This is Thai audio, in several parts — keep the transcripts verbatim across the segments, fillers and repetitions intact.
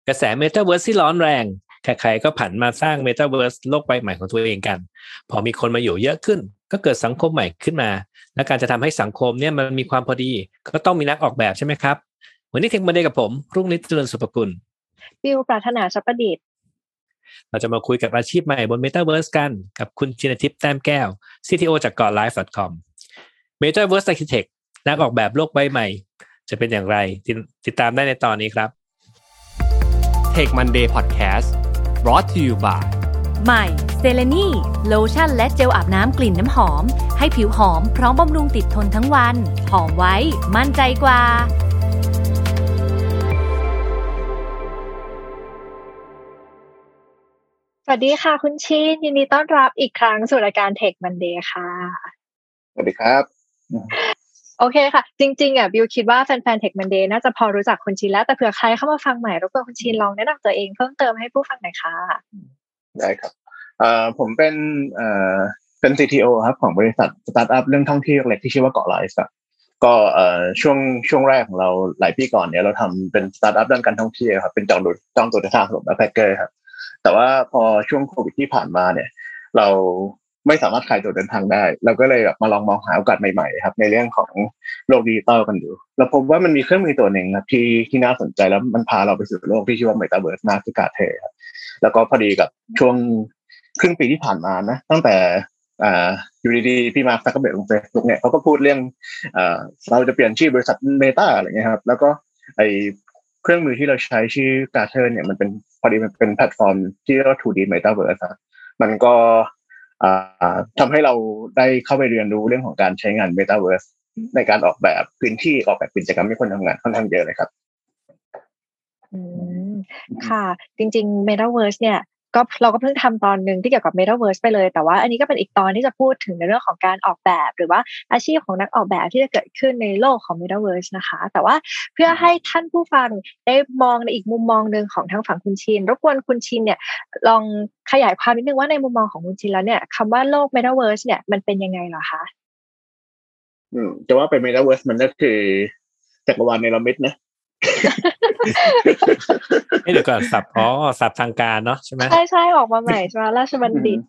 กระแส Metaverse ที่ร้อนแรงใครๆก็ผันมาสร้าง Metaverse โลกใบใหม่ของตัวเองกันพอมีคนมาอยู่เยอะขึ้นก็เกิดสังคมใหม่ขึ้นมาและการจะทำให้สังคมเนี่ยมันมีความพอดีก็ต้องมีนักออกแบบใช่ไหมครับวันนี้เทคมันเดย์กับผมรุ่งฤทธิ์เจริญสุภกุลบิวปรารถนาชัพประดิษฐ์เราจะมาคุยกับอาชีพใหม่บน Metaverse กันกับคุณชินทิพย์แต้มแก้ว ซี ที โอ จากเกาะ ไลฟ์ ดอท คอม Metaverse Architect นักออกแบบโลกใบใหม่จะเป็นอย่างไรติดตามได้ในตอนนี้ครับ Tech Monday Podcast brought to you by ใหม่เซเลนีโลชั่นและเจลอาบน้ำกลิ่นน้ำหอมให้ผิวหอมพร้อมบำรุงติดทนทั้งวันหอมไว้มั่นใจกว่าสวัสดีค่ะคุณชินยินดีต้อนรับอีกครั้งสู่รายการ Tech Monday ค่ะสวัสดีครับโอเคค่ะจริงๆอ่ะบิวคิดว่าแฟนๆ Tech Monday น่าจะพอรู้จักคุณชินแล้วแต่เผื่อใครเข้ามาฟังใหม่รบกวนคุณชินลองแนะนำตัวเองเพิ่มเติมให้ผู้ฟังหน่อยค่ะได้ครับเอ่อผมเป็นเอ่อเป็น ซี ที โอ ครับของบริษัทสตาร์ทอัพเรื่องท่องเที่ยวเล็กที่ชื่อว่าเกาะไลฟ์ครับก็เอ่อช่วงช่วงแรกของเราหลายปีก่อนเนี่ยเราทำเป็นสตาร์ทอัพด้านการท่องเที่ยวครับเป็นจองดูจองตัวทางสำหรับแบ็คแพคเกอร์ครับแต่ว่าพอช่วงโควิดที่ผ่านมาเนี่ยเราไม่สามารถขายตั๋วเดินทางได้เราก็เลยแบบมาลองมองหาโอกาสใหม่ๆครับในเรื่องของโลกดิจิตอลกันดูแล้วพบว่ามันมีเครื่องมือตัวหนึ่งครับที่ที่น่าสนใจแล้วมันพาเราไปสู่โลกที่ชื่อว่า Metaverse น่าคือกาเทครับแล้วก็พอดีกับช่วงครึ่งปีที่ผ่านมานะตั้งแต่อ่าอยู่ดีๆพี่มาร์คซักเคอร์เบิร์กของ Facebook เนี่ยเขาก็พูดเรื่องอ่าเราจะเปลี่ยนชื่อบริษัท Meta อะไรเงี้ยครับแล้วก็ไอเครื่องมือที่เราใช้ชื่อ Gather เนี่ยมันเป็นพอดีมันเป็นแพลตฟอร์มที่เรียกว่า ทู ดี Metaverse ครับมันก็อ่าทำให้เราได้เข้าไปเรียนรู้เรื่องของการใช้งาน Metaverse ในการออกแบบพื้นที่ออกแบบกิจกรรมให้คนทำงานค่อนข้างเยอะเลยครับอืมค่ะจริงๆ Metaverse เนี่ยก็เราก็เพิ่งทำตอนนึงที่เกี่ยวกับ Metaverse ไปเลยแต่ว่าอันนี้ก็เป็นอีกตอนที่จะพูดถึงในเรื่องของการออกแบบหรือว่าอาชีพของนักออกแบบที่จะเกิดขึ้นในโลกของ Metaverse นะคะแต่ว่าเพื่อให้ท่านผู้ฟังได้มองในอีกมุมมองนึงของทางฝั่งคุณชินรบกวนคุณชินเนี่ยลองขยายความนิดนึงว่าในมุมมองของคุณชินแล้วเนี่ยคำว่าโลก Metaverse เนี่ยมันเป็นยังไงเหรอคะอืมจะว่าเป็น Metaverse มันก็คือจักรวาลเนรมิตนะเดี๋ยวก่อนสับอ๋อสับทางการเนาะใช่ไหมใช่ใช่ออกมาใหม่ใช่ไหมราชบัณฑิต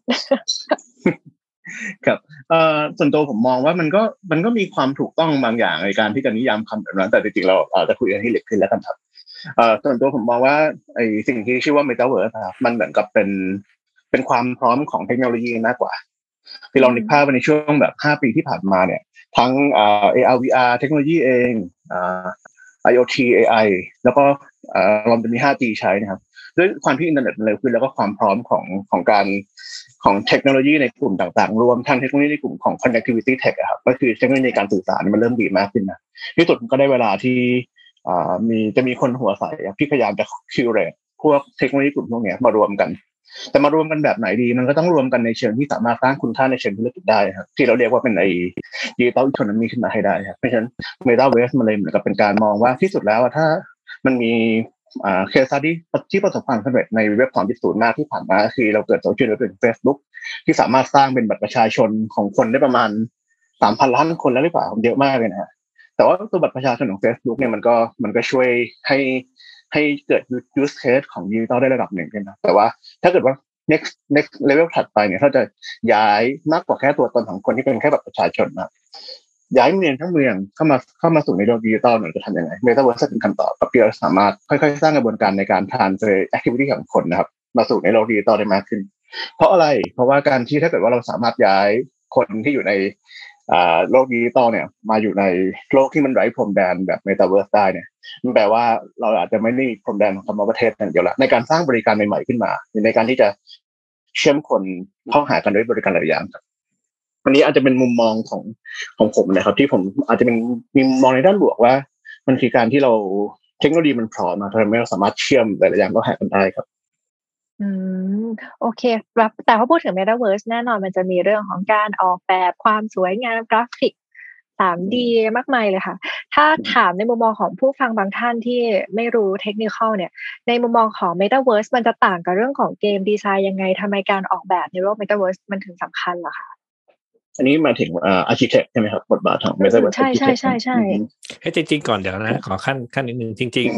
ครับเอ่อส่วนตัวผมมองว่ามันก็มันก็มีความถูกต้องบางอย่างในการที่จะนิยามคำแบบนั้นแต่จริงๆเราอาจจะคุยกันให้ลึกขึ้นแล้วกันครับเอ่อส่วนตัวผมมองว่าไอ้สิ่งที่ชื่อว่า Metaverse ครับมันเหมือนกับเป็นเป็นความพร้อมของเทคโนโลยีมากกว่าที่เรานึกภาพในช่วงแบบห้าปีที่ผ่านมาเนี่ยทั้งเอ่อ เอ อาร์ วี อาร์ เทคโนโลยีเองเอ่อIoT เอ ไอ แล้วก็เอ่อรวมถึงมี ไฟว์จี ใช้นะครับด้วยความที่อินเทอร์เน็ตมันเร็วขึ้นแล้วก็ความพร้อมของของการของเทคโนโลยีในกลุ่มต่างๆรวมทั้งเทคโนโลยีในกลุ่มของ connectivity tech อ่ะครับก็คือเทคโนโลยีในการสื่อสารมันเริ่มดีมากขึ้นนะที่สุดก็ได้เวลาที่อ่ามีจะมีคนหัวใสที่พยายามจะคิวเรตพวกเทคโนโลยีกลุ่มพวกนี้มารวมกันแต่มารวมกันแบบไหนดีมันก็ต้องรวมกันในเชิงที่สามารถสร้างคุณค่าในเชิงธุรกิจได้ครับที่เราเรียกว่าเป็นไอ้ digital economy ขึ้นมาให้ได้ครับเพราะฉะนั้น Metaverse มันเลยเหมือนกับเป็นการมองว่าที่สุดแล้วถ้ามันมีอ่า case study ที่ประสบความสำเร็จในเว็บ สองจุดศูนย์ หน้าที่ผ่านมาคือเราเกิดโซเชียลเน็ตเวิร์ค Facebook ที่สามารถสร้างเป็นบัตรประชาชนของคนได้ประมาณ สามพัน ล้านคนแล้วหรือเปล่าเยอะมากเลยนะฮะแต่ว่าตัวบัตรประชาชนของ Facebook เนี่ยมันก็มันก็ช่วยให้ให้เกิด use case ของ digital ได้ระดับหนึ่งนะแต่ว่าถ้าเกิดว่า next next level ถัดไปเนี่ยเขาจะย้ายมากกว่าแค่ตัวตนของคนที่เป็นแค่บัตรประชาชนนะย้ายเมืองทั้งเมืองเข้ามาเข้ามาสู่ในโลกดิจิตอลมันจะทำยังไง Metaverse เป็นคำตอบกับที่เราสามารถค่อยๆสร้างกระบวนการในการ transfer activity ของคนนะครับมาสู่ในโลกดิจิตอลได้มากขึ้นเพราะอะไรเพราะว่าการที่ถ้าเกิดว่าเราสามารถย้ายคนที่อยู่ในอ่าโลกดิจิตอลเนี่ยมาอยู่ในโลกที่มันไร้พรมแดนแบบ Metaverse ได้เนี่ยมันแปลว่าเราอาจจะไม่ได้มีพรมแดนของคำว่าประเทศอย่างเดียวละในการสร้างบริการใหม่ๆขึ้นมาในการที่จะเชื่อมคนเข้าหากันด้วยบริการหลายอย่างครับอันนี้อาจจะเป็นมุมมองของของผมนะครับที่ผมอาจจะเป็นมีมุมมองในด้านบวกว่ามันคือการที่เราเทคโนโลยีมันพร้อมมาทำให้เราสามารถเชื่อมหลายๆอย่างเข้าหากันได้ครับอืมโอเคแต่พอพูดถึง Metaverse แน่นอนมันจะมีเรื่องของการออกแบบความสวยงามกราฟิก ทรี ดี มากมายเลยค่ะถ้าถามในมุมมองของผู้ฟังบางท่านที่ไม่รู้เทคนิคอลเนี่ยในมุมมองของ Metaverse มันจะต่างกับเรื่องของเกมดีไซน์ยังไงทำไมการออกแบบในโลก Metaverse มันถึงสำคัญล่ะคะอันนี้มาถึงอ่า architect ใช่ไหมครับบทบาทของ Metaverse ใช่ใช่ใช่ใช่ให้จริงๆก่อนเดี๋ยวนะขอขั้นขั้นนิดนึงจริง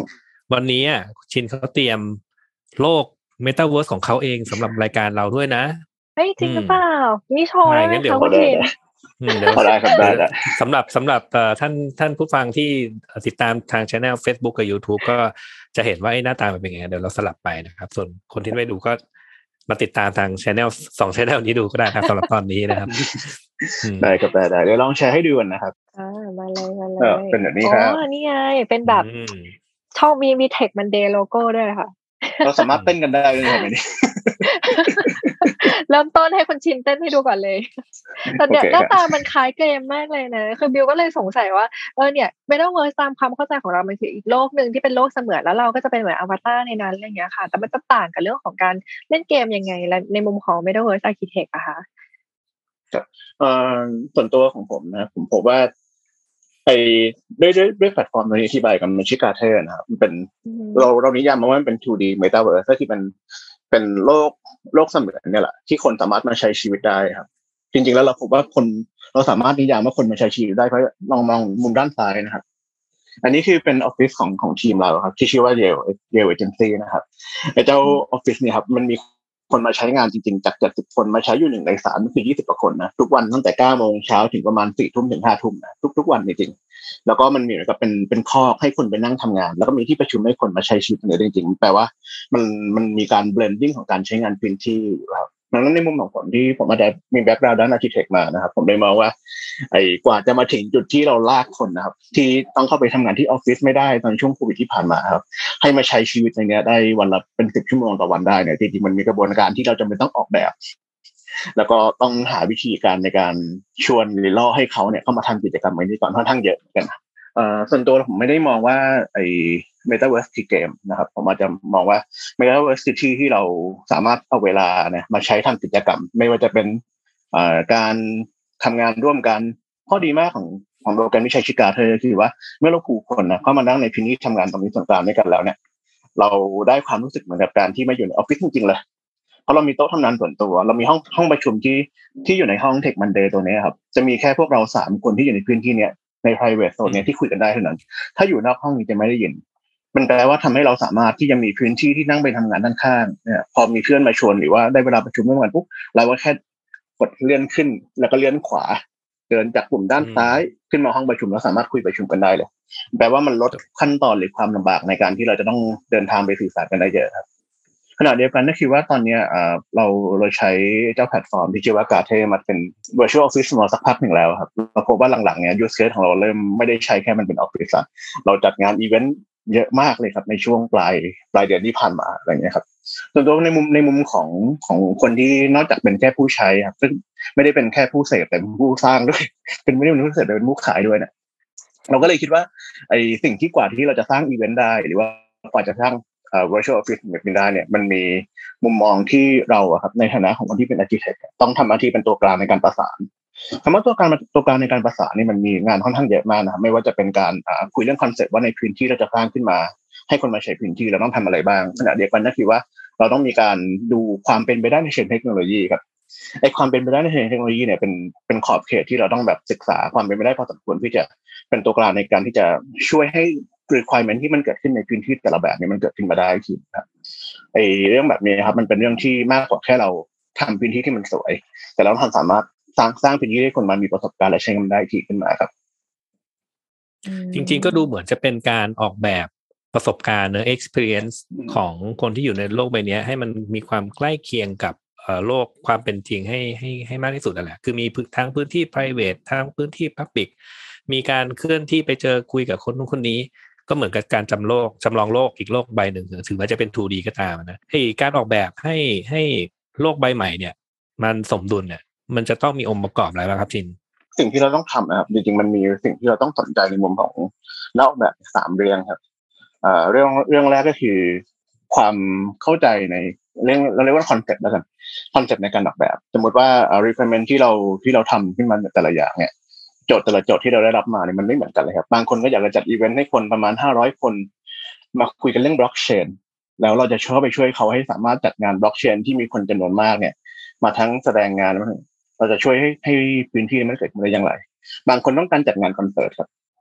วันนี้อ่ะชินเขาเตรียมโลก Metaverse ของเขาเองสำหรับรายการเราด้วยนะเฮ้ยจริงหรือเปล่านี่โชว์ได้ไหมคะคุณชินเดี๋ยวได้ครับได้ได้สำหรับสำหรับท่านท่านผู้ฟังที่ติดตามทาง channel Facebook กับ YouTube ก็จะเห็นว่าหน้าตามันเป็นยังไงเดี๋ยวเราสลับไปนะครับส่วนคนที่ไม่ดูก็มาติดตามทาง channel สอง channel นี้ดูก็ได้ครับสำหรับตอนนี้นะครับได้ครับได้ได้เดี๋ยวลองแชร์ให้ดูกันนะครับอ่ามาเลยมาเลยเป็นแบบนี้ครับอ๋อนี่ไงเป็นแบบช่องมีมี Tech Monday โลโก้ด้วยค่ะเราสามารถเต้นกันได้เลยไหมนี่เริ่มต้นให้คนชินเต้นให้ดูก่อนเลยแต่เนี่ยหน้าตามันคล้ายเกมมากเลยนะคือบิวก็เลยสงสัยว่าเออเนี่ย Metaverse ตามความเข้าใจของเรามันคืออีกโลกนึงที่เป็นโลกเสมือนแล้วเราก็จะเป็นเหมือนอวตารในนั้นอะไรอย่างเงี้ยค่ะแต่มันจะต่างกับเรื่องของการเล่นเกมยังไงและในมุมของ Metaverse Architect อะคะเอ่อส่วนตัวของผมนะผมพบว่าไอ้ด้วยด้วยด้วยแพลตฟอร์มนี้อธิบายกันมันชื่อกาเทอร์นะครับมันเป็นเราเรานิยามมันว่ามันเป็น ทู ดี Metaverse ก็คือเป็นเป็นโลกโลกเสมือนเนี่ยแหละที่คนสามารถมาใช้ชีวิตได้ครับจริงๆแล้วเราพบว่าคนเราสามารถนิยามว่าคนมาใช้ชีวิตได้เพราะลองมองมุมด้านซ้ายนะครับอันนี้คือเป็นออฟฟิศของของทีมเราครับที่ชื่อว่า Yale Yale Agency นะครับไอ้เจ้าออฟฟิศเนี่ยครับมันมีคนมาใช้งานจริงๆจากเจ็ดสิบคนมาใช้อยู่หนึ่งในสามคือยี่สิบกว่าคนนะทุกวันตั้งแต่เก้าโมงเช้าถึงประมาณสี่ทุ่มถึงห้าทุ่มนะทุกๆวันจริงๆแล้วก็มันมีเหมือนกับเป็นเป็นคอกให้คนไปนั่งทำงานแล้วก็มีที่ประชุมให้คนมาใช้ชีวิตเนี่ยจริงๆแปลว่ามันมันมีการเบลนดิ้งของการใช้งานพื้นที่ครับดังนั้นในมุมของผมที่ผมอาจจะมีแบ็คกราวด์ด้านอาร์คิเทคมานะครับผมเลยมองว่าไอ้กว่าจะมาถึงจุดที่เราลากคนนะครับที่ต้องเข้าไปทำงานที่ออฟฟิศไม่ได้ตอนช่วงโควิดที่ผ่านมาครับให้มาใช้ชีวิตในนี้ได้วันละเป็นสิบชั่วโมงต่อวันได้เนี่ยจริงๆมันมีกระบวนการที่เราจำเป็นต้องออกแบบแล้วก็ต้องหาวิธีการในการชวนหรือล่อให้เขาเนี่ยเข้ามาทำกิจกรรมนี้ก่อนค่อนข้างเยอะกันเอ่อส่วนตัวผมไม่ได้มองว่าไอ้ Metaverse คือเกมนะครับผมอาจจะมองว่า Metaverse คือที่ที่เราสามารถเอาเวลาเนี่ยมาใช้ทำกิจกรรมไม่ว่าจะเป็นเอ่อการทำงานร่วมกันข้อดีมากของของโปรแกรมที่ใช้ชิกาเธอคือว่าเมื่อเราผูกคนนะเข้ามานั่งในพื้นที่ทำงานตรงนี้ส่วนกลางด้วยกันแล้วเนี่ยเราได้ความรู้สึกเหมือนกับการที่มาอยู่ในออฟฟิศจริงๆเลยเพราะเรามีโต๊ะทำงานส่วนตัวเรามีห้องห้องประชุมที่ที่อยู่ในห้อง Tech Monday ตัวนี้ครับจะมีแค่พวกเราสามคนที่อยู่ในพื้นที่เนี้ยใน private zone เนี้ยที่คุยกันได้เท่านั้นถ้าอยู่นอกห้องนี้จะไม่ได้ยินมันแปลว่าทำให้เราสามารถที่จะมีพื้นที่ที่นั่งไปทำงานด้านข้างเนี่ยพอมีเพื่อนมาชวนหรือว่าได้เวลาประชุมร่วมกันปุ๊บเราก็แค่กดเลื่อนขึ้นแล้วก็เลื่อนขวาเดินจากปุ่มด้านซ้ายขึ้นมาห้องประชุมแล้วสามารถคุยประชุมกันได้เลยแปลว่ามันลดขั้นตอนหรือความลำบากในการที่เราจะต้องเดินทางไปสื่อสารกันได้เยอะครับขณะเดียวกันก็คือว่าตอนนี้เราเราใช้เจ้าแพลตฟอร์มที่ชื่อว่ากาเทมาเป็น virtual office มาสักพักหนึ่งแล้วครับเราพบว่าหลังๆเนี้ย use case ของเราเริ่มไม่ได้ใช้แค่มันเป็นออฟฟิศละเราจัดงานอีเวนต์เยอะมากเลยครับในช่วงปลายปลายเดือนที่ผ่านมาอะไรเงี้ยครับส่วนตัวในมุมในมุมของของคนที่นอกจากเป็นแค่ผู้ใช้ครับซึ่งไม่ได้เป็นแค่ผู้เสพแต่เป็นผู้สร้างด้วยเป็นไม่ได้เป็นผู้เสพแต่เป็นผู้ขายด้วยเนี่ยเราก็เลยคิดว่าไอ้สิ่งที่กว่าที่เราจะสร้างอีเวนต์ได้หรือว่ากว่าจะสร้างเอ่อ virtual office แบบนี้ได้เนี่ยมันมีมุมมองที่เราอะครับในฐานะของคนที่เป็น architect ต้องทำหน้าที่เป็นตัวกลางในการประสานคำว่าตัวกลางตัวกลางในการประสานนี่มันมีงานค่อนข้างเยอะมากนะครับไม่ว่าจะเป็นการคุยเรื่องคอนเซ็ปต์ว่าในพื้นที่เราจะสร้างขึ้นมาให้คนมาใช้พื้นที่เราต้องทำอะไรบ้างขณะเดียวกันก็คือว่าเราต้องมีการดูความเป็นไปได้ในเชิงเทคโนโลยีครับไอ้ความเป็นไปได้ในเชิงเทคโนโลยีเนี่ยเป็นเป็นขอบเขตที่เราต้องแบบศึกษาความเป็นไปได้พอสมควรที่จะเป็นตัวกลางในการที่จะช่วยให้ requirement ที่มันเกิดขึ้นในพื้นที่แต่ละแบบนี้มันเกิดขึ้นมาได้ทีครับไอ้เรื่องแบบนี้ครับมันเป็นเรื่องที่มากกว่าแค่เราทำพื้นที่ที่มันสวยแต่เราทำสามารถสร้างสร้างพื้นที่ให้คนมามีประสบการณ์และใช้มันได้ทีขึ้นมาครับจริงๆก็ดูเหมือนจะเป็นการออกแบบประสบการณ์เนอะ experience ของคนที่อยู่ในโลกใบนี้ให้มันมีความใกล้เคียงกับโลกความเป็นจริงให้ให้ให้มากที่สุดนั่นแหละคือมีทั้งพื้นที่ private ทั้งพื้นที่ public มีการเคลื่อนที่ไปเจอคุยกับคนนู้นคนนี้ก็เหมือนกับการจำโลกจำลองโลกอีกโลกใบหนึ่งถึงแม้จะเป็น ทู ดี ก็ตามนะให้การออกแบบให้ให้โลกใบใหม่เนี่ยมันสมดุลเนี่ยมันจะต้องมีองค์ประกอบอะไรบ้างครับจินสิ่งที่เราต้องทำนะครับจริงๆมันมีสิ่งที่เราต้องสนใจในมุมของนักออกแบบสามเรื่องครับเอ่อเรื่องเรื่องแรกก็คือความเข้าใจในเรื่องเราเรียกว่าคอนเซ็ปต์แล้วกันคอนเซ็ปต์ในการออกแบบสมมติว่า requirement ที่เราที่เราทำขึ้นมาแต่ละอย่างเนี่ยโจทย์แต่ละโจทย์ที่เราได้รับมาเนี่ยมันไม่เหมือนกันเลยครับบางคนก็อยากจะจัดอีเวนต์ให้คนประมาณห้าร้อยคนมาคุยกันเรื่องบล็อกเชนแล้วเราจะช่วยไปช่วยเขาให้สามารถจัดงานบล็อกเชนที่มีคนจำนวนมากเนี่ยมาทั้งแสดงงานเราจะช่วยให้ให้พื้นที่มันเกิดขึ้นได้อย่างไรบางคนต้องการจัดงานคอนเสิร์ตครับ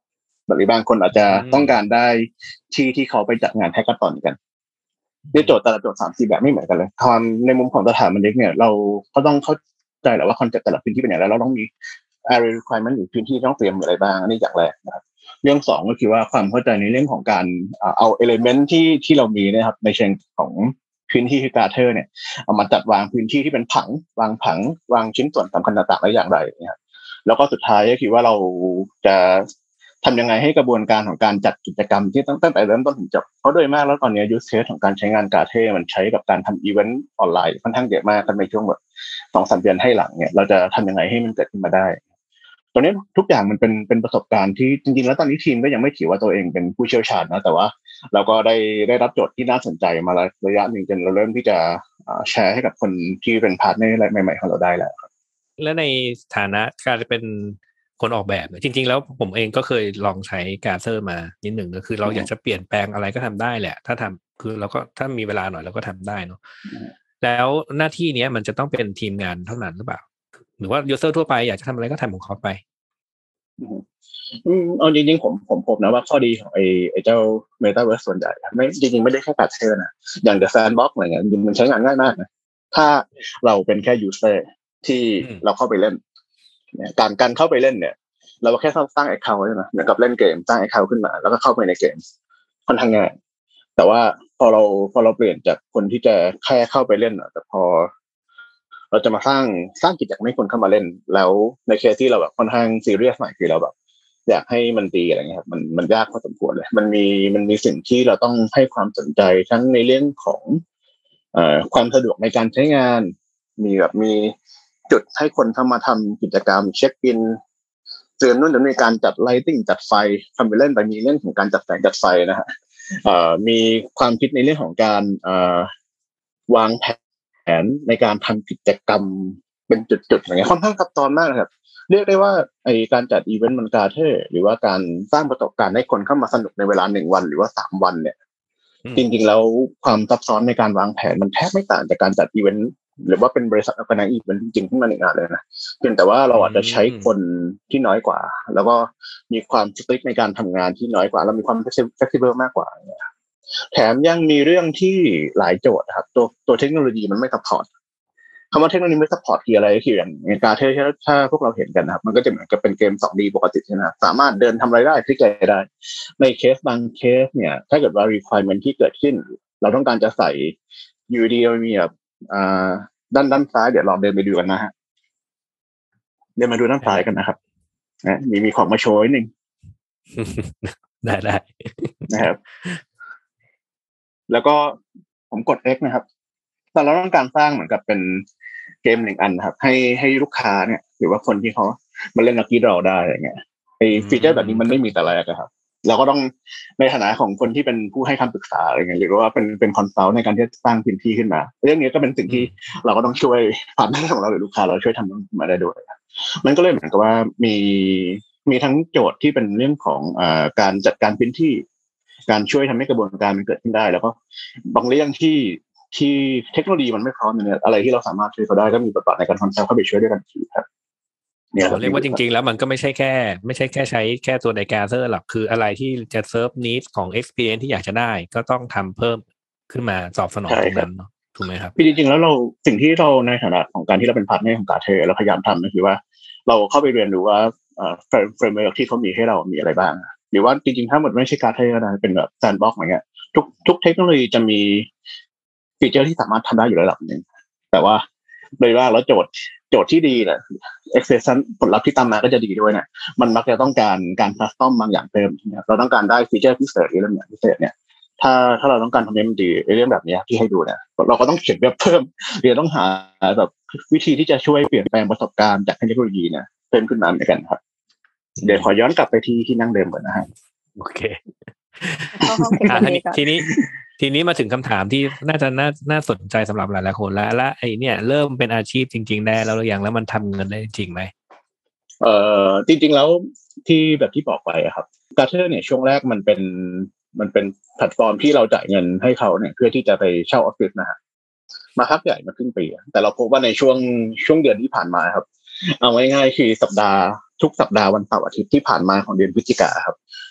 หรือบางคนอาจจะต้องการได้ที่ที่เขาไปจัดงานแฮกเกอร์ตอนกันด้วยโจทย์แต่ละโจทย์สามสี่แบบไม่เหมือนกันเลยความในมุมของสถาบันเด็กเนี่ยเราก็ต้องเข้าใจแหละว่าคอนเซ็ปต์แต่ละพื้นที่เป็นอย่างไรแล้วเราต้องมี area requirement หรือพื้นที่ต้องเตรียมอะไรบ้างอันนี้อย่างแรกนะครับเรื่องสองก็คือว่าความเข้าใจในเรื่องของการเอา element ที่ที่เรามีนะครับในเชิงของพื้นที่ที่การ์เทอร์เนี่ยเอามาจัดวางพื้นที่ที่เป็นผังวางผังวางชิ้นส่วนสำคัญต่างๆได้อย่างไรนะครับแล้วก็สุดท้ายก็คือว่าเราจะทำยังไงให้กระบวนการของการจัดกิจกรรมที่ตั้งแต่เริ่มต้นถึงจบเพราะโดยมากแล้วตอนนี้ use case ของการใช้งานการ์เทอร์มันใช้กับการทำอีเวนต์ออนไลน์ค่อนข้างเยอะมากในช่วงแบบสองสามเดือนให้หลังเนี่ยเราจะทำยังไงให้มันเกิดขึ้นมาได้ตอนนี้ทุกอย่างมันเป็นเป็นประสบการณ์ที่จริงๆแล้วตอนนี้ทีมก็ยังไม่ถือว่าตัวเองเป็นผู้เชี่ยวชาญนะแต่ว่าเราก็ได้ได้รับโจทย์ที่น่าสนใจมาระยะหนึ่งจนเราเริ่มที่จะแชร์ให้กับคนที่เป็นพาร์ทเนอร์ใหม่ๆของเราได้แล้วครับและในฐานะการเป็นคนออกแบบจริงๆแล้วผมเองก็เคยลองใช้การ์เซอร์มานิดหนึ่งก็คือเราอยากจะเปลี่ยนแปลงอะไรก็ทำได้แหละถ้าทำคือเราก็ถ้ามีเวลาหน่อยเราก็ทำได้เนาะแล้วหน้าที่นี้มันจะต้องเป็นทีมงานเท่านั้นหรือเปล่าหรือว่ายูเซอร์ทั่วไปอยากจะทำอะไรก็ทำของเขาไปอืมเอาจริงๆผมผมพบนะว่าข้อดีของไอ้ไอ้เจ้า Metaverse ส่วนใหญ่ไม่จริงๆไม่ได้แค่การ์เซอร์นะอย่าง The Sandbox อะไรเงี้ยมันใช้งานง่ายมากนะถ้าเราเป็นแค่ user ที่เราเข้าไปเล่นการการเข้าไปเล่นเนี่ยเราแค่สร้าง account ใช่ไหมเหมือนกับเล่นเกมสร้าง account ขึ้นมาแล้วก็เข้าไปในเกมค่อนข้างง่ายแต่ว่าพอเราพอเราเปลี่ยนจากคนที่จะแค่เข้าไปเล่นแต่พอเราจะมาสร้างสร้างกิจกรรมให้คนเข้ามาเล่นแล้วในเคสที่เราแบบค่อนข้างซีเรียสหน่อยคือเราแบบอยากให้มันดีอะไรเงี้ยครับมันมันยากพอสมควรเลยมันมีมันมีสิ่งที่เราต้องให้ความสนใจทั้งในเรื่องของเอ่อความสะดวกในการใช้งานมีแบบมีจุดให้คนเข้ามาทำกิจกรรมเช็คอินเตือนนู่นจะมีการจัดไลติ้งจัดไฟทำไปเล่นไปมีเรื่องของการจัดแสงจัดไฟนะฮะเอ่อมีความคิดในเรื่องของการเอ่อวางแผนในการทำกิจกรรมเป็นจุดๆอย่างเงี้ยค่อนข้างซับซ้อนมากครับเรียกได้ว่าไอ้การจัดอีเวนต์มันการ์เทอร์หรือว่าการสร้างประสบการณ์ให้คนเข้ามาสนุกในเวลาหนึ่งวันหรือว่าสามวันเนี่ยจริงๆแล้วความซับซ้อนในการวางแผนมันแทบไม่ต่างจากการจัดอีเวนต์หรือว่าเป็นบริษัทออร์แกไนซ์อีเวนต์จริงๆขึ้นมาหนึ่งงานเลยนะเพียงแต่ว่าเราอาจจะใช้คนที่น้อยกว่าแล้วก็มีความสตริกในการทำงานที่น้อยกว่าแล้วมีความเฟคซิเบิลมากกว่าแถมยังมีเรื่องที่หลายโจทย์ครับตัวตัวเทคโนโลยีมันไม่ซัพพอร์ตคำว่าเทคโนโลยีไม่ซัพพอร์ตคืออะไรคืออย่างการเทสถ้าพวกเราเห็นกันนะครับมันก็จะเหมือนกับเป็นเกม สองดี ปกติใช่ไหมสามารถเดินทำอะไรได้คลิกอะไรได้ในเคสบางเคสเนี่ยถ้าเกิดว่า requirement ที่เกิดขึ้นเราต้องการจะใส่ยูดีมีแบบอ่าด้านด้านซ้ายเดี๋ยวลองเดินไปดูกันนะฮะเดินมาดูด้านซ้ายกันนะครับนะมีมีของมาโชว์นิดนึงได้ได้นะครับแล้วก็ผมกด X นะครับแต่เราต้องการสร้างเหมือนกับเป็นเกมหนึ่งอันครับให้ให้ลูกค้าเนี่ยหรือว่าคนที่เขามาเล่นลัคกี้ดรอได้อะไรเงี้ยไอ้ฟีเจอร์แบบนี้มันไม่มีแต่แรกครับเราก็ต้องในฐานะของคนที่เป็นผู้ให้คำปรึกษาอะไรเงี้ยหรือว่าเป็นเป็นคอนซัลท์ในการที่จะสร้างพื้นที่ขึ้นมาเรื่องนี้ก็เป็นสิ่งที่เราก็ต้องช่วยพาร์ทเนอร์ของเราหรือลูกค้าเราช่วยทำมาได้ด้วยมันก็เลยเหมือนกับว่ามีมีทั้งโจทย์ที่เป็นเรื่องของอ่าการจัดการพื้นที่การช่วยทำให้กระบวนการมันเกิดขึ้นได้แล้วก็บางเรื่องที่ที่เทคโนโลยีมันไม่พร้อมเนี่ยอะไรที่เราสามารถช่วยเขาได้ก็มีบทบาทในการคอนซัลท์เข้าไปช่วยด้วยกันทีครับเนี่ยเรียกว่าจริงๆแล้วมันก็ไม่ใช่แค่ไม่ใช่แค่ใช้แค่ตัวในการ์เซอร์หรอกคืออะไรที่จะเซิร์ฟนีดของ experience ที่อยากจะได้ก็ต้องทำเพิ่มขึ้นมาตอบสนองตรงนั้นเนาะถูกไหมครับพี่จริงๆแล้วเราสิ่งที่เราในฐานะของการที่เราเป็นพาร์ทเนอร์ของการ์เทอร์เราพยายามทำก็คือว่าเราเข้าไปเรียนรู้ว่าเฟรมเฟรมเวิร์คที่เขามีให้เรามีอะไรบ้างหรือว่าจริงๆถ้าหมดไม่ใช่การ์เทอร์นะเป็นแบบแซนด์บ็อกซ์อะไรเงี้ยทุกทุกเทคโนโลยีจะมีฟีเจอร์ที่สามารถทำได้อยู่ระดับนึงแต่ว่าโดยว่าแล้วโจทย์โจทย์ที่ดีเนี่ย expression ผลลัพธ์ที่ตามมาก็จะดีด้วยเนี่ยมันมักจะต้องการการคัสตอมบางอย่างเพิ่มนะครับเราต้องการได้ฟีเจอร์พิเศษหรืออะไรอย่างพิเศษเนี่ยถ้าถ้าเราต้องการทำให้มันดีเรื่องแบบนี้ที่ให้ดูเนี่ยเราก็ต้องเขียนเว็บเพิ่มหรือต้องหาแบบวิธีที่จะช่วยเปลี่ยนแปลงประสบการณ์จากเทคโนโลยีเนี่ยเพิ่มขึ้นมาเหมือนกันครับเดี๋ยวขอย้อนกลับไปที่ที่นั่งเดิมก่อนนะฮะโอเคทีนี้ทีนี้มาถึงคำถามที่น่าจะน่าน่าสนใจสำหรับหลายๆคนแล้วและไอ้เนี่ยเริ่มเป็นอาชีพจริงๆได้แล้วหรือยังแล้วมันทำเงินได้จริงไหมเอ่อจริงๆแล้วที่แบบที่บอกไปครับการ์เทอร์เนี่ยช่วงแรกมันเป็นมันเป็นแพลตฟอร์มที่เราจ่ายเงินให้เขาเนี่ยเพื่อที่จะไปเช่าออฟฟิศนะฮะมาพักใหญ่มาครึ่งปีแต่เราพบว่าในช่วงช่วงเดือนที่ผ่านมาครับเอาง่ายๆคือสัปดาห์ทุกสัปดาห์วันเสาร์อาทิตย์ที่ผ่านมาของเดือนพฤศจิกาครับ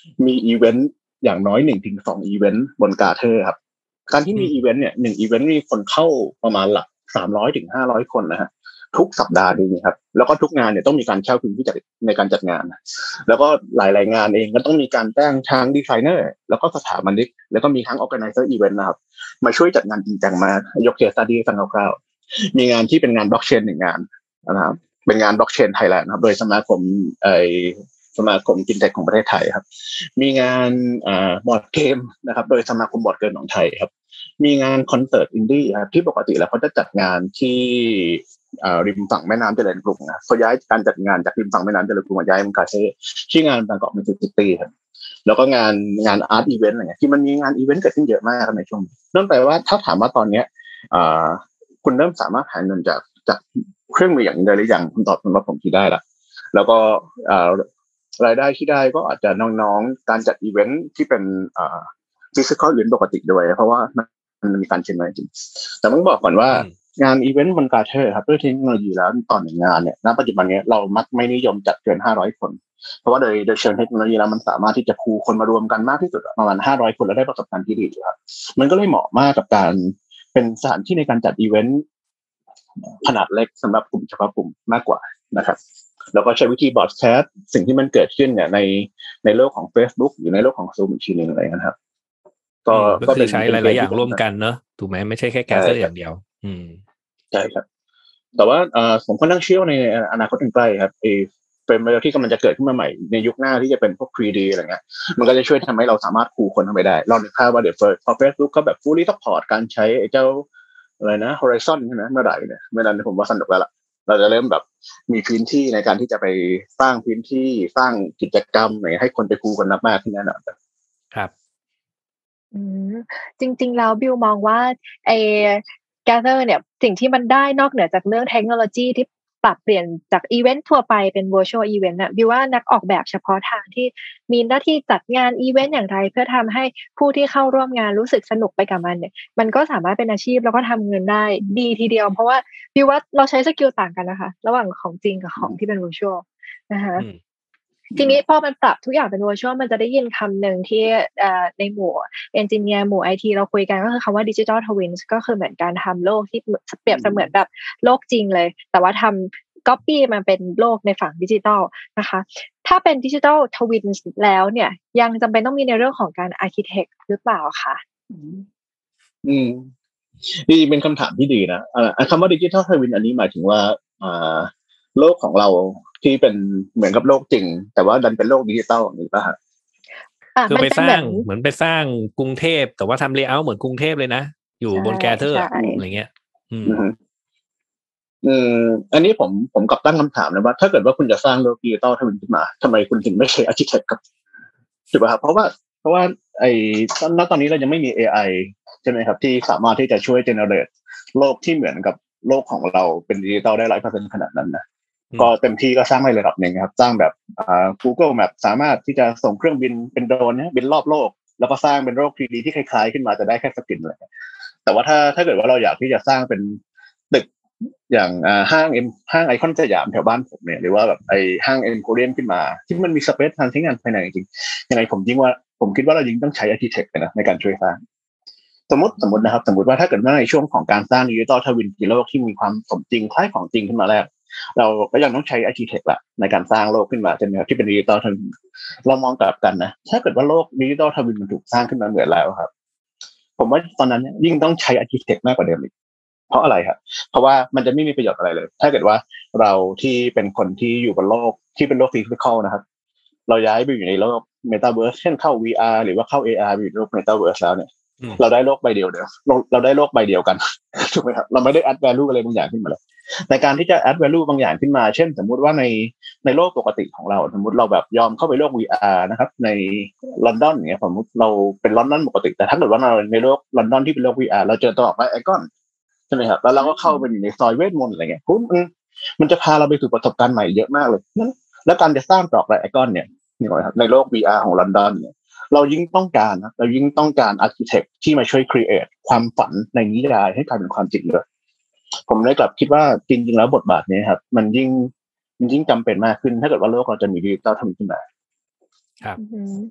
มีอีเวนต์อย่างน้อย หนึ่งถึงสอง อีเวนต์บน Gather ครับการที่มีอีเวนต์เนี่ยหนึ่งอีเวนต์มีคนเข้าประมาณหลักสามร้อยถึงห้าร้อยคนนะฮะทุกสัปดาห์นี้ครับแล้วก็ทุกงานเนี่ยต้องมีการเช่าพื้นที่จัดในการจัดงานแล้วก็หลายๆงานเองก็ต้องมีการจ้างทางดีไซเนอร์แล้วก็สถาปนิกแล้วก็มีทั้ง organizer event นะครับมาช่วยจัดงานจริงจังมายกเคสสตั๊ดดี้ฟังคร่าวๆมีงานที่เป็นงานบล็อกเชนหนึ่งงานนะครับเป็นงานบล็อกเชนไทยแลนด์ครับโดยสมาคมไอสมาคมฟินเทคของประเทศไทยครับมีงานอ่าบอร์ดเกมนะครับโดยสมาคมบอร์ดเกมของไทยครับมีงานคอนเสิร์ตอินดี้ครับที่ปกติแล้วเขาจะจัดงานที่อ่าริมฝั่งแม่น้ำเจริญกรุงนะเขาย้ายการจัดงานจากริมฝั่งแม่น้ำเจริญกรุงมาย้ายมาGatherชื่องานบางกอกมิวสิคซิตี้ครับแล้วก็งานงานอาร์ตอีเวนต์อะไรเงี้ยที่มันมีงานอีเวนต์เกิดขึ้นเยอะมากในช่วงนั่นแปลว่าถ้าถามว่าตอนเนี้ยอ่าคุณเริ่มสามารถหาเงินจากจากเครื่องมืออย่างนี้ได้หรือยังคุณตอบสำหรับผมที่ได้ละแล้วก็อ่ารายได้ที่ได้ก็อาจจะน้องๆการจัดอีเวนต์ที่เป็นอ่าฟิสิคอลอีเวนต์ปกติด้วยเพราะว่ามันมีการเช็คมาจริงแต่ต้องบอกก่อนว่างานอีเวนต์บนGatherครับด้วยเทคโนโลยีแล้วตอนหนึ่งงานเนี่ยณปัจจุบันนี้เรามักไม่นิยมจัดเกินห้าร้อยคนเพราะว่าโดยโดยเชิงเทคโนโลยีแล้วมันสามารถที่จะพูคนมารวมกันมากที่สุดประมาณห้าร้อยคนแล้วได้ประสบการณ์ที่ดีครับมันก็เลยเหมาะมากกับการเป็นสถานที่ในการจัดอีเวนต์ขนาดเล็กสำหรับกลุ่มเฉพาะกลุ่มมากกว่านะครับแล้วก็ใช้วิธีบอดแคสต์สิ่งที่มันเกิดขึ้นเนี่ยในในโลกของ Facebook หรือในโลกของ Zoom อีกทีนึงอะไรนะครับก็ก็คือใช้หลายๆอย่างร่วมกันเนอะถูกไหมไม่ใช่แค่Gatherอย่างเดียวอืมใช่ครับแต่ว่าเอ่อผมค่อนข้างเชื่อในอนาคตอันใกล้ครับไอ้เป็นโมเดลที่กำลังจะเกิดขึ้นมาใหม่ในยุคหน้าที่จะเป็นพวก ทรี ดี อะไรเงี้ยมันก็จะช่วยทำให้เราสามารถคูคนเข้าไปได้ลองนึกภาพว่าเดี๋ยวพอ Facebook เขาแบบ fully support การใช้ไอ้เจ้าอะไรนะ Horizon ใช่ไหมเมื่อไหร่เนี่ยเมื่อนั้นผมว่าสนุกแล้วล่ะเราจะเริ่มแบบมีพื้นที่ในการที่จะไปสร้างพื้นที่สร้างกิจกรรมอะไรให้คนไปคูกันนับมากขึ้นแน่นอนครับอืมจริงๆแล้วบิวมองว่าไอ้ Gather เนี่ยสิ่งที่มันได้นอกเหนือจากเรื่องเทคโนโลยีที่ปรับเปลี่ยนจากอีเวนต์ทั่วไปเป็น virtual event น่ะบิวว่านักออกแบบเฉพาะทางที่มีหน้าที่จัดงานอีเวนต์อย่างไรเพื่อทำให้ผู้ที่เข้าร่วมงานรู้สึกสนุกไปกับมันเนี่ยมันก็สามารถเป็นอาชีพแล้วก็ทำเงินได้ดีทีเดียวเพราะว่าบิวว่าเราใช้สกิลต่างกันนะคะระหว่างของจริงกับของที่เป็น virtual นะคะทีนี้พอมันปรับทุกอย่างเป็น virtual มันจะได้ยินคำหนึ่งที่ในหมู่เอนจิเนียร์หมู่ ไอ ที เราคุยกันก็คือคำว่า digital twins ก็คือเหมือนการทำโลกที่เปรียบเสมือนแบบโลกจริงเลยแต่ว่าทำ copy มันเป็นโลกในฝั่งดิจิทัลนะคะถ้าเป็น digital twins แล้วเนี่ยยังจำเป็นต้องมีในเรื่องของการ architect หรือเปล่าคะอืมนี่เป็นคำถามที่ดีนะคำว่า digital twin อันนี้หมายถึงว่าโลกของเราที่เป็นเหมือนกับโลกจริงแต่ว่าดันเป็นโลกดิจิตอลนี่ป่ะฮะคือไปสร้างเหมือนไปสร้างกรุงเทพแต่ว่าทำเลเยอร์เหมือนกรุงเทพเลยนะอยู่บนGatherอะไรเงี้ยอืมอืมอันนี้ผมผมกลับตั้งคำถามนะว่าถ้าเกิดว่าคุณจะสร้างโลกดิจิตอลขึ้นมาทำไมคุณถึงไม่ใช้ architect ครับถูกป่ะครับเพราะว่าเพราะว่าไอ้ณตอนนี้เรายังไม่มี เอ ไอ ใช่ไหมครับที่สามารถที่จะช่วย generate โลกที่เหมือนกับโลกของเราเป็นดิจิตอลได้ หนึ่งร้อยเปอร์เซ็นต์ ขนาดนั้นนะก็เต็มที่ก็สร้างในระดับหนึ่งครับสร้างแบบอ่า Google Map สามารถที่จะส่งเครื่องบินเป็นโดรนเนี่ยบินรอบโลกแล้วก็สร้างเป็นโลก ทรี ดี ที่คล้ายๆขึ้นมาจะได้แค่สกินเลยแต่ว่าถ้าถ้าเกิดว่าเราอยากที่จะสร้างเป็นตึกอย่างอ่าห้างเอ็มห้างไอคอนสยามแถวบ้านผมเนี่ยหรือว่าแบบไอห้างเอ็มโพเรียมขึ้นมาที่มันมีสเปซทางใช้งานภายในจริงยังไงผมยิ่งว่าผมคิดว่าเรายิ่งต้องใช้ architect นะในการช่วยสร้างสมมติสมมตินะครับสมมติว่าถ้าเกิดว่าในช่วงของการสร้างดิจิตอลทวินที่โลกที่มีความสมจริงคล้ายของจริงขึ้นมาแล้วเราก็ยังต้องใช้ architect ละในการสร้างโลกขึ้นมาใช่ไหมครับที่เป็นดิจิตอลทวินเรามองกลับกันนะถ้าเกิดว่าโลกดิจิตอลทวินมันถูกสร้างขึ้นมาเหมือนแล้วครับผมว่าตอนนั้นยิ่งต้องใช้ architect มากกว่าเดิมอีกเพราะอะไรครับเพราะว่ามันจะไม่มีประโยชน์อะไรเลยถ้าเกิดว่าเราที่เป็นคนที่อยู่บนโลกที่เป็นโลกฟิสิกอลนะครับเราย้ายไปอยู่ในโลก Metaverse เช่นเข้า วี อาร์ หรือว่าเข้า เอ อาร์ อยู่ในโลก Metaverse แล้วเนี่ยเราได้โลกใบเดียวเดียวเราได้โลกใบเดียวกันถูกไหมครับเราไม่ได้ add value อะไรบางอย่างขึ้นมาเลยในการที่จะ add value บางอย่างขึ้นมาเช่นสมมุติว่าในในโลกปกติของเราสมมุติเราแบบยอมเข้าไปโลก วี อาร์ นะครับในลอนดอนอย่างเงี้ยสมมุติเราเป็นลอนดอนปกติแต่ถ้าเกิดว่าเราในโลกลอนดอนที่เป็นโลก วี อาร์ เราเจอตลอดไปไอคอนใช่ไหมครับแล้วเราก็เข้าไปอยู่ในซอยเวทมนต์อะไรเงี้ยมันมันจะพาเราไปสู่ประสบการณ์ใหม่เยอะมากเลยแล้วการจะสร้างตรอกไอคอนเนี่ยนี่ครับในโลก วี อาร์ ของลอนดอนเนี่ยเรายิ่งต้องการนะเรายิ่งต้องการ architect ที่มาช่วย create ความฝันในนิยายให้กลายเป็นความจริงเลยผมเลยกลับคิดว่าจริงๆแล้วบทบาทนี้ครับมันยิ่งมันยิ่งจำเป็นมากขึ้นถ้าเกิดว่าโลกเราจะมีดิจิตอลทำขึ้นมาครับ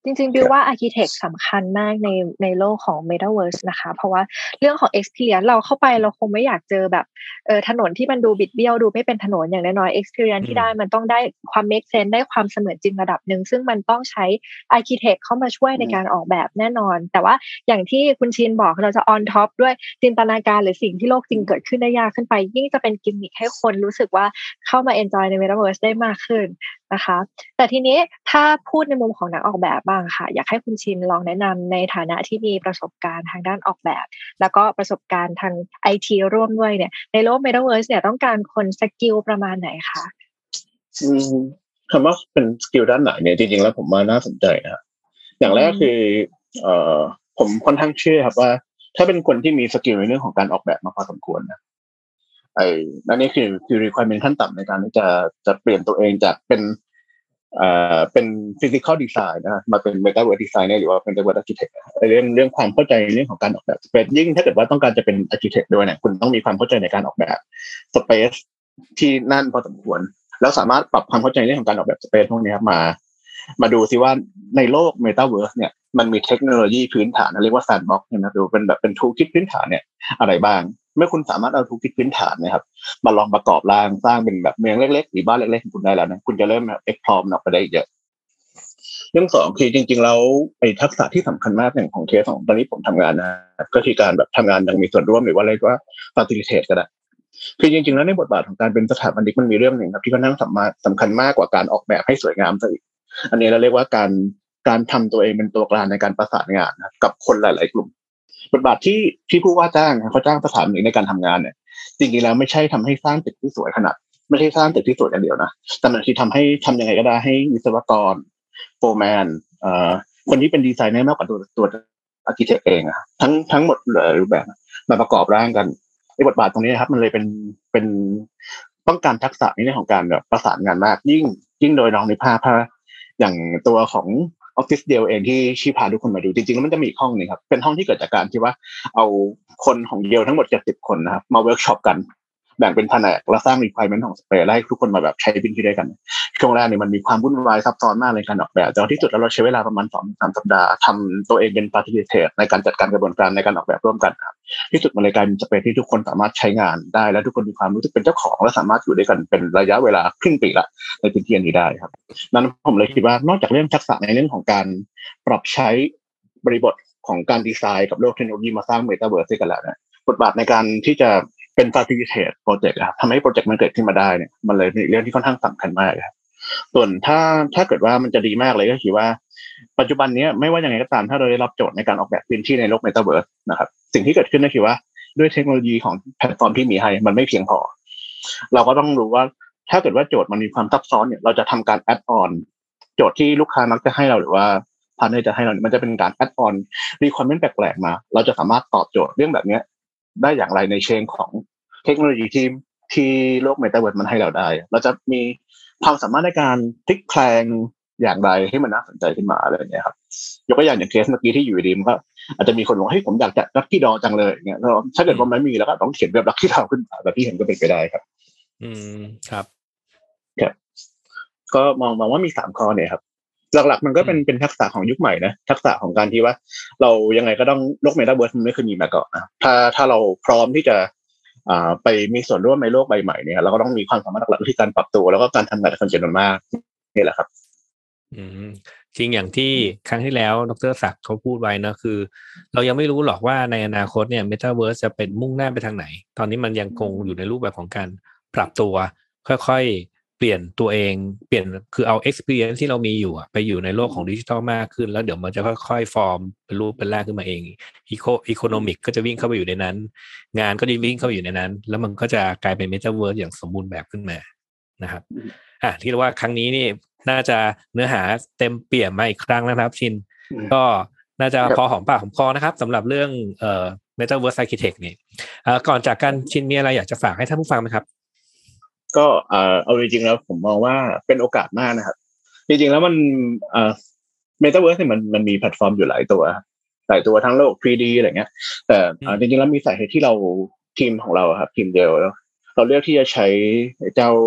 จริงๆบิวว่า architect สำคัญมากในในโลกของ Metaverse นะคะเพราะว่าเรื่องของ experience เราเข้าไปเราคงไม่อยากเจอแบบเออถนนที่มันดูบิดเบี้ยวดูไม่เป็นถนนอย่างน้อยๆ experience ที่ได้มันต้องได้ความ make sense ได้ความเสมือนจริงระดับนึงซึ่งมันต้องใช้ architect เข้ามาช่วยในการออกแบบแน่นอนแต่ว่าอย่างที่คุณชินบอกเราจะ on top ด้วยจินตนาการหรือสิ่งที่โลกจริงเกิดขึ้นได้ยากขึ้นไปยิ่งจะเป็นกิมมิคให้คนรู้สึกว่าเข้ามา enjoy ใน Metaverse ได้มากขึ้นนะคะแต่ทีนี้ถ้าพูดในมุมของนักออกแบบบ้างค่ะอยากให้คุณชินลองแนะนำในฐานะที่มีประสบการณ์ทางด้านออกแบบแล้วก็ประสบการณ์ทาง ไอ ที ร่วมด้วยเนี่ยในโลก Metaverse เนี่ยต้องการคนสกิลประมาณไหนคะอืมคำว่าเป็นสกิลด้านไหนเนี่ยจริงๆแล้วผมว่าน่าสนใจนะอย่างแรกคือเอ่อผมค่อนข้างเชื่อครับว่าถ้าเป็นคนที่มีสกิลในเรื่องของการออกแบบมาพอสมควรนะไอ้นั่นนี่คือคือ requirement ขั้นต่ำในการที่จะจะเปลี่ยนตัวเองจากเป็นเอ่อเป็น physical design นะมาเป็น metaverse designer หรือว่าเป็น metaverse architect เรื่องเรื่องความเข้าใจในเรื่องของการออกแบบ space ยิ่งถ้าเกิดว่าต้องการจะเป็น architect ด้วยเนี่ยคุณต้องมีความเข้าใจในการออกแบบ space ที่นั่นพอสมควรแล้วสามารถปรับความเข้าใจในเรื่องของการออกแบบ space พวกนี้ครับมามาดูซิว่าในโลก metaverse เนี่ยมันมีเทคโนโลยีพื้นฐานเรียกว่า sandbox เนี่ยนะดูเป็นแบบเป็น toolkit พื้นฐานเนี่ยอะไรบ้างเมื่อคุณสามารถเอา toolkit พื้นฐานนะครับมาลองประกอบร่างสร้างเป็นแบบเมืองเล็กๆหรือบ้านเล็กๆของคุณได้แล้วนะคุณจะเริ่ม explore ออกไปได้เยอะเรื่องสองคือจริงๆแล้วไอ้ทักษะที่สำคัญมากอย่างของเคสของตอนนี้ผมทำงานนะก็คือการแบบทำงานอย่างมีส่วนร่วมหรือว่าอะไรก็ facilitate ก็ได้คือจริงๆแล้วในบทบาทของการเป็นสถาปนิกมันมีเรื่องหนึ่งครับที่ค่อนข้างสำคัญมากกว่าการออกแบบให้สวยงามซะอีกอันนี้เราเรียกว่าการการทำตัวเองเป็นตัวกลางในการประสานงานนะกับคนหลายๆกลุ่มบทบาทที่ที่ผู้ว่าจ้างเขาจ้างสถาปนิกในการทำงานเนี่ยจริงๆแล้วไม่ใช่ทำให้สร้างตึกที่สวยขนาดไม่ใช่สร้างตึกที่สวยอย่างเดียวนะแต่มันคือทำให้ทำยังไงก็ได้ให้วิศวกรโฟร์แมนเอ่อคนที่เป็นดีไซเนอร์มากกว่าตัวตัวอาร์คิเทคเองอะทั้งทั้งหมดเลยรูปแบบมาประกอบร่างกันในบทบาทตรงนี้ครับมันเลยเป็นเป็นต้องการทักษะในเรื่องของการแบบประสานงานมากยิ่งยิ่งโดยลองในภาพถ้าอย่างตัวของออฟฟิศเดียวเองที่ชี้พาทุกคนมาดูจริงๆแล้วมันจะมีอีกห้องนึงครับเป็นห้องที่เกิดจากการที่ว่าเอาคนของเดียวทั้งหมดเจ็ดสิบคนนะครับมาเวิร์กช็อปกันแบ่งเป็นแผนกแล้วสร้าง requirement ของสเปรย์ให้ทุกคนมาแบบใช้พื้นที่ด้วยกันช่วงแรกเนี่ยมันมีความวุ่นวายซับซ้อนมากในการออกแบบแต่ที่สุดแล้วเราใช้เวลาประมาณ สองถึงสาม สัปดาห์ทำตัวเองเป็น facilitator ในการจัดการกระบวนการในการออกแบบร่วมกันครับที่สุดมันเลยกลายเป็นสเปรย์ที่ทุกคนสามารถใช้งานได้และทุกคนมีความรู้สึกเป็นเจ้าของและสามารถอยู่ด้วยกันเป็นระยะเวลาครึ่งปีละในพื้นที่นี้ได้ครับนั้นผมเลยคิดว่านอกจากเรื่องทักษะในเรื่องของการปรับใช้บริบทของการดีไซน์กับโลกเทคโนโลยีมาสร้างเมตาเวิร์สกันแล้วนะบทบาทในการที่จะเป็น facilitate โปรเจกต์ครับทำให้โปรเจกต์มันเกิดขึ้นมาได้เนี่ยมันเลยเป็นเรื่องที่ค่อนข้างสำคัญมากครับส่วนถ้าถ้าเกิดว่ามันจะดีมากเลยก็คือว่าปัจจุบันนี้ไม่ว่าอย่างไรก็ตามถ้าเราได้รับโจทย์ในการออกแบบพื้นที่ในโลกเมตาเวิร์สนะครับสิ่งที่เกิดขึ้นก็คือว่าด้วยเทคโนโลยีของแพลตฟอร์มที่มีให้มันไม่เพียงพอเราก็ต้องรู้ว่าถ้าเกิดว่าโจทย์มันมีความซับซ้อนเนี่ยเราจะทำการแอดออนโจทย์ที่ลูกค้ามักจะให้เราหรือว่าพาร์ทเนอร์จะให้เรามันจะเป็นการแอดออนrequirementแปลกๆมาเราจะสามารถตอบโจทย์เรื่องแบบนี้ได้อย่างไรในเชิงของเทคโนโลยีที่ที่โลกเมตาเวิร์สมันให้เราได้เราจะมีความสามารถในการพลิกแพลงอย่างไรให้มันน่าสนใจขึ้นมาอะไรอย่างเงี้ยครับยกตัวอย่างอย่างเคสเมื่อกี้ที่อยู่ดีมันก็อาจจะมีคนบอกเฮ้ยผมอยากจะลัคกี้ดอจังเลยอย่างเงี้ยถ้าเกิดว่าไม่มีแล้วก็ต้องเขียนแบบลัคกี้ดอขึ้นมาแบบที่เห็นก็เป็นไปได้ครับอืมครับครับก็มองมองว่ามีสามข้อเนี่ยครับหลักๆมันก็เป็นเป็นทักษะของยุคใหม่นะทักษะของการที่ว่าเรายังไงก็ต้องโลกเมตาเวิร์สมันไม่เคยมีมาก่อนนะถ้าถ้าเราพร้อมที่จะอ่าไปมีส่วนร่วมในโลกใบใหม่เนี่ยเราก็ต้องมีความสามารถหลักๆที่การปรับตัวแล้วก็การทำงานกับคนจำนวนมากนี่แหละครับอืมจริงอย่างที่ครั้งที่แล้วดร.ศักดิ์เขาพูดไว้นะคือเรายังไม่รู้หรอกว่าในอนาคตเนี่ยเมตาเวิร์สจะเป็นมุ่งหน้าไปทางไหนตอนนี้มันยังคงอยู่ในรูปแบบของการปรับตัวค่อยๆเปลี่ยนตัวเองเปลี่ยนคือเอา experience ที่เรามีอยู่ไปอยู่ในโลกของดิจิทัลมากขึ้นแล้วเดี๋ยวมันจะค่อยๆฟอร์มเป็นรูปเป็นร่างขึ้นมาเองอีโคอีโคโนมิกก็จะวิ่งเข้าไปอยู่ในนั้นงานก็จะวิ่งเข้าไปอยู่ในนั้นแล้วมันก็จะกลายเป็นเมตาเวิร์สอย่างสมบูรณ์แบบขึ้นมานะครับอ่ะที่เรียกว่าครั้งนี้นี่น่าจะเนื้อหาเต็มเปี่ยมมาอีกครั้งแล้วครับชินก็น่าจะพอหอมปากหอมคอนะครับสำหรับเรื่องเอ่อ Metaverse Architect นี่เอ่อก่อนจากกันชินมีอะไรอยากจะฝากให้ท่านผู้ฟังไหมครับก็เอ่อเอาจริงๆแล้วผมมองว่าเป็นโอกาสมากนะครับจริงๆแล้วมันเอ่อ Metaverse เนี่ยมันมันมีแพลตฟอร์มอยู่หลายตัวหลายตัวทั้งโลก ทรี ดี อะไรเงี้ยแต่จริงๆแล้วมีสาเหตุที่เราทีมของเราครับทีมเดียวแล้วเราเลือกที่จะใช้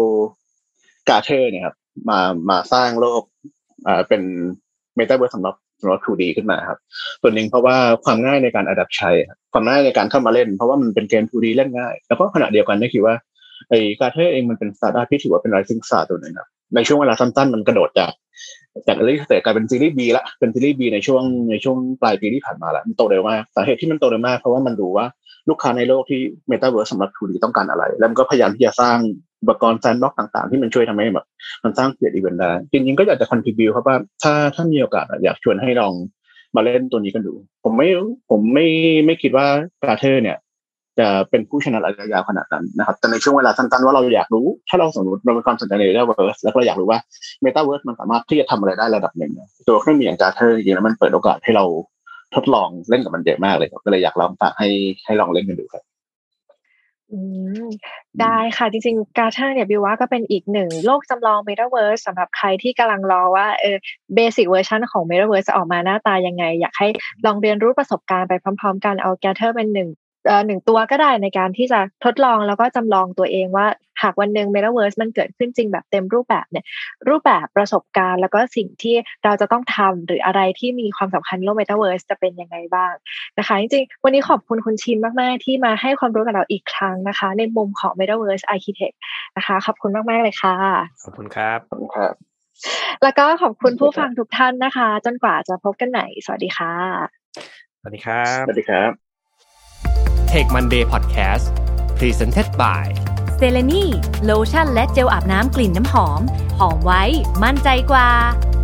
เจ้ากาเทอร์เนี่ยครับมามาสร้างโลกอ่าเป็นเมตาเวิร์สสำหรับสำหรับ ทู ดี ขึ้นมาครับส่วนหนึ่งเพราะว่าความง่ายในการ adapt ใช้ความง่ายในการเข้ามาเล่นเพราะว่ามันเป็นเกม ทู ดี เล่นง่ายแล้วก็ขณะเดียวกันนี่คือว่าไอ้การ์เทอร์เองมันเป็นสตาร์ทอัพที่ถือว่าเป็น rising star ตัวหนึ่งครับในช่วงเวลาสั้นๆมันกระโดดจากจากเรื่องสเตจกลายเป็นซีรีส์ B ละเป็นซีรีส์ B ในช่วงในช่วงปลายปีที่ผ่านมาแล้วมันโตเร็วมากสาเหตุที่มันโตเร็วมากเพราะว่ามันรู้ว่าลูกค้าในโลกที่ Metaverse สำหรับ ทู ดี ต้องการอะไรแล้วมันก็พยายามที่จะสร้างอุปกรณ์แซนด์บ็อกซ์ต่างๆที่มันช่วยทำให้แบบมันสร้างเกียรติอีเวนต์ได้จริงๆก็อยากจะ contribute ครับว่าถ้าถ้ามีโอกาสอยากชวนให้ลองมาเล่นตัวนี้กันดูผมไม่ผมไม่ไม่คิดว่าการ์เทอร์เนี่ยจะเป็นผู้ชนะระยะยาวขนาดนั้นนะครับแต่ในช่วงเวลาสั้นๆว่าเราอยากรู้ถ้าเราสมมติเรามีความสนใจใน Metaverse แล้วก็เราอยากรู้ว่า Metaverse มันสามารถที่จะทำอะไรได้ระดับหนึ่งตัวเครื่องมืออย่างการ์เทอร์จริงๆแล้วมันเปิดโอกาสให้เราทดลองเล่นกับมันเยอะมากเลยครับก็เลยอยากลองฝากให้ให้ลองเล่นกันดูครับอืมได้ค่ะจริงๆการ์เทอร์เนี่ยบิวว่าก็เป็นอีกหนึ่งโลกจำลอง Metaverse สำหรับใครที่กำลังรอว่าเออเบสิกเวอร์ชันของ Metaverse จะออกมาหน้าตายังไงอยากให้ลองเรียนรู้ประสบการณ์ไปพร้อมๆกันเอาการ์เทอร์เป็นหนึ่งเอ่อหนึ่งตัวก็ได้ในการที่จะทดลองแล้วก็จำลองตัวเองว่าหากวันหนึ่ง Metaverse มันเกิดขึ้นจริงแบบเต็มรูปแบบเนี่ยรูปแบบประสบการณ์แล้วก็สิ่งที่เราจะต้องทำหรืออะไรที่มีความสำคัญโลก Metaverse จะเป็นยังไงบ้างนะคะจริงๆวันนี้ขอบคุณคุณชินมากๆที่มาให้ความรู้กับเราอีกครั้งนะคะในมุมของ Metaverse Architect นะคะขอบคุณมากๆเลยค่ะขอบคุณครับขอบคุณครับแล้วก็ขอบคุณผู้ฟังทุกท่านนะคะจนกว่าจะพบกันใหม่สวัสดีค่ะสวัสดีครับสวัสดีครับ Tech Monday Podcast Presented by เซเลนีโลชั่นและเจลอาบน้ำกลิ่นน้ำหอมหอมไว้มั่นใจกว่า